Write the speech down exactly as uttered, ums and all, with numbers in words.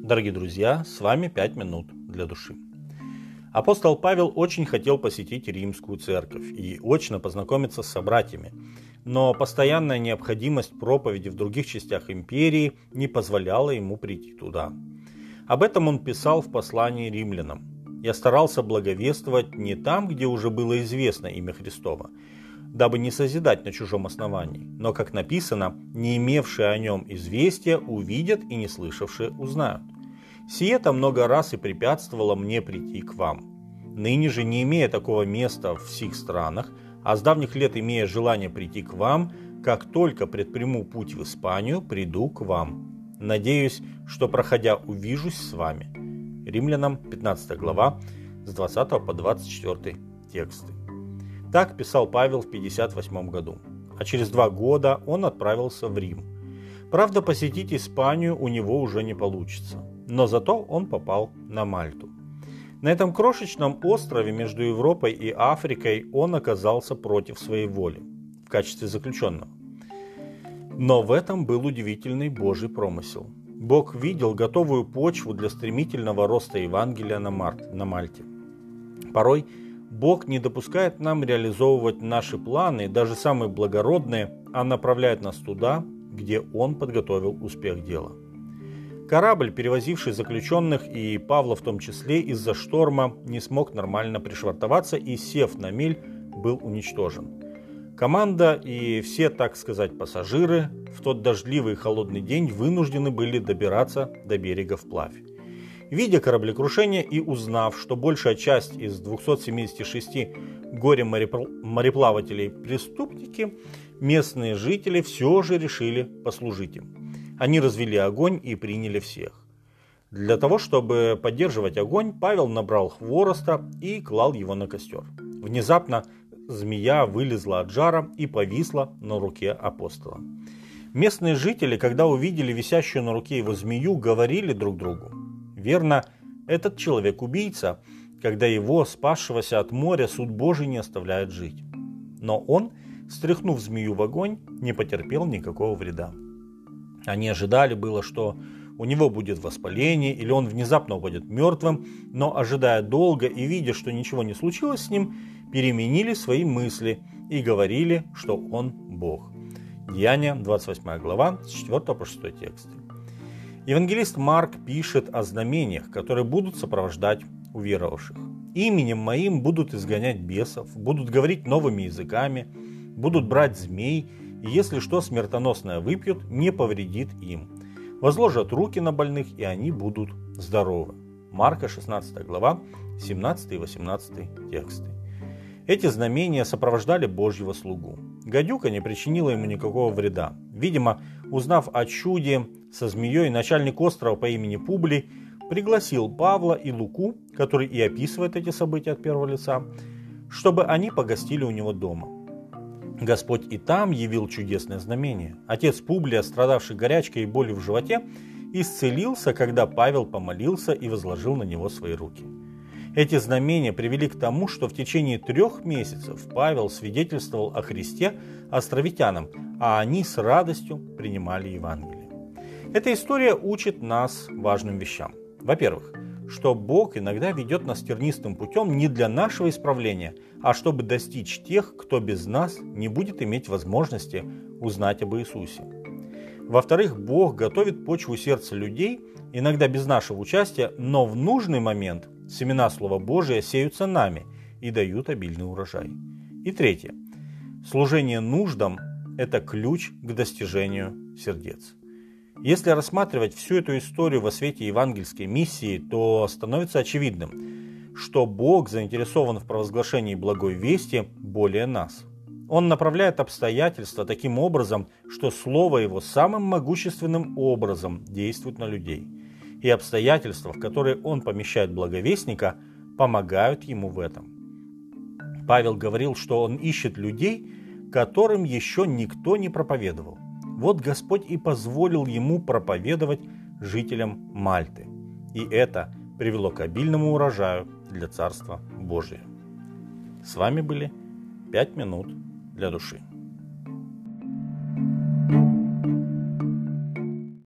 Дорогие друзья, с вами «Пять минут для души». Апостол Павел очень хотел посетить Римскую церковь и очно познакомиться с собратьями, но постоянная необходимость проповеди в других частях империи не позволяла ему прийти туда. Об этом он писал в послании римлянам. «Я старался благовествовать не там, где уже было известно имя Христово, дабы не созидать на чужом основании, но, как написано, не имевшие о нем известия увидят и не слышавшие узнают. Сие-то много раз и препятствовало мне прийти к вам. Ныне же, не имея такого места в сих странах, а с давних лет имея желание прийти к вам, как только предприму путь в Испанию, приду к вам. Надеюсь, что, проходя, увижусь с вами». Римлянам пятнадцатая глава, с двадцатого по двадцать четвёртый тексты. Так писал Павел в пятьдесят восьмом году, а через два года он отправился в Рим. Правда, посетить Испанию у него уже не получится, но зато он попал на Мальту. На этом крошечном острове между Европой и Африкой он оказался против своей воли, в качестве заключенного. Но в этом был удивительный Божий промысел. Бог видел готовую почву для стремительного роста Евангелия на, Март, на Мальте. Порой Бог не допускает нам реализовывать наши планы, даже самые благородные, а направляет нас туда, где Он подготовил успех дела. Корабль, перевозивший заключенных, и Павла в том числе, из-за шторма не смог нормально пришвартоваться и, сев на мель, был уничтожен. Команда и все, так сказать, пассажиры в тот дождливый и холодный день вынуждены были добираться до берега вплавь. Видя кораблекрушение и узнав, что большая часть из двухсот семидесяти шести горе-мореплавателей преступники, местные жители все же решили послужить им. Они развели огонь и приняли всех. Для того, чтобы поддерживать огонь, Павел набрал хвороста и клал его на костер. Внезапно змея вылезла от жара и повисла на руке апостола. Местные жители, когда увидели висящую на руке его змею, говорили друг другу: «Верно, этот человек убийца, когда его, спасшегося от моря, суд Божий не оставляет жить». Но он, стряхнув змею в огонь, не потерпел никакого вреда. Они ожидали было, что у него будет воспаление или он внезапно упадет мертвым, но, ожидая долго и видя, что ничего не случилось с ним, переменили свои мысли и говорили, что он Бог. Деяния, двадцать восьмая глава, с четвёртого по шестой тексты. Евангелист Марк пишет о знамениях, которые будут сопровождать уверовавших. «Именем моим будут изгонять бесов, будут говорить новыми языками, будут брать змей, и если что смертоносное выпьют, не повредит им. Возложат руки на больных, и они будут здоровы». Марка шестнадцатая глава, семнадцатый и восемнадцатый тексты. Эти знамения сопровождали Божьего слугу. Гадюка не причинила ему никакого вреда. Видимо, узнав о чуде со змеей, начальник острова по имени Публий пригласил Павла и Луку, который и описывает эти события от первого лица, чтобы они погостили у него дома. Господь и там явил чудесное знамение. Отец Публия, страдавший горячкой и болью в животе, исцелился, когда Павел помолился и возложил на него свои руки. Эти знамения привели к тому, что в течение трех месяцев Павел свидетельствовал о Христе островитянам, а они с радостью принимали Евангелие. Эта история учит нас важным вещам. Во-первых, что Бог иногда ведет нас тернистым путем не для нашего исправления, а чтобы достичь тех, кто без нас не будет иметь возможности узнать об Иисусе. Во-вторых, Бог готовит почву сердца людей, иногда без нашего участия, но в нужный момент семена Слова Божия сеются нами и дают обильный урожай. И третье. Служение нуждам – это ключ к достижению сердец. Если рассматривать всю эту историю во свете евангельской миссии, то становится очевидным, что Бог заинтересован в провозглашении благой вести более нас. Он направляет обстоятельства таким образом, что Слово Его самым могущественным образом действует на людей. И обстоятельства, в которые Он помещает благовестника, помогают ему в этом. Павел говорил, что он ищет людей, которым еще никто не проповедовал. Вот Господь и позволил ему проповедовать жителям Мальты. И это привело к обильному урожаю для Царства Божия. С вами были «Пять минут для души».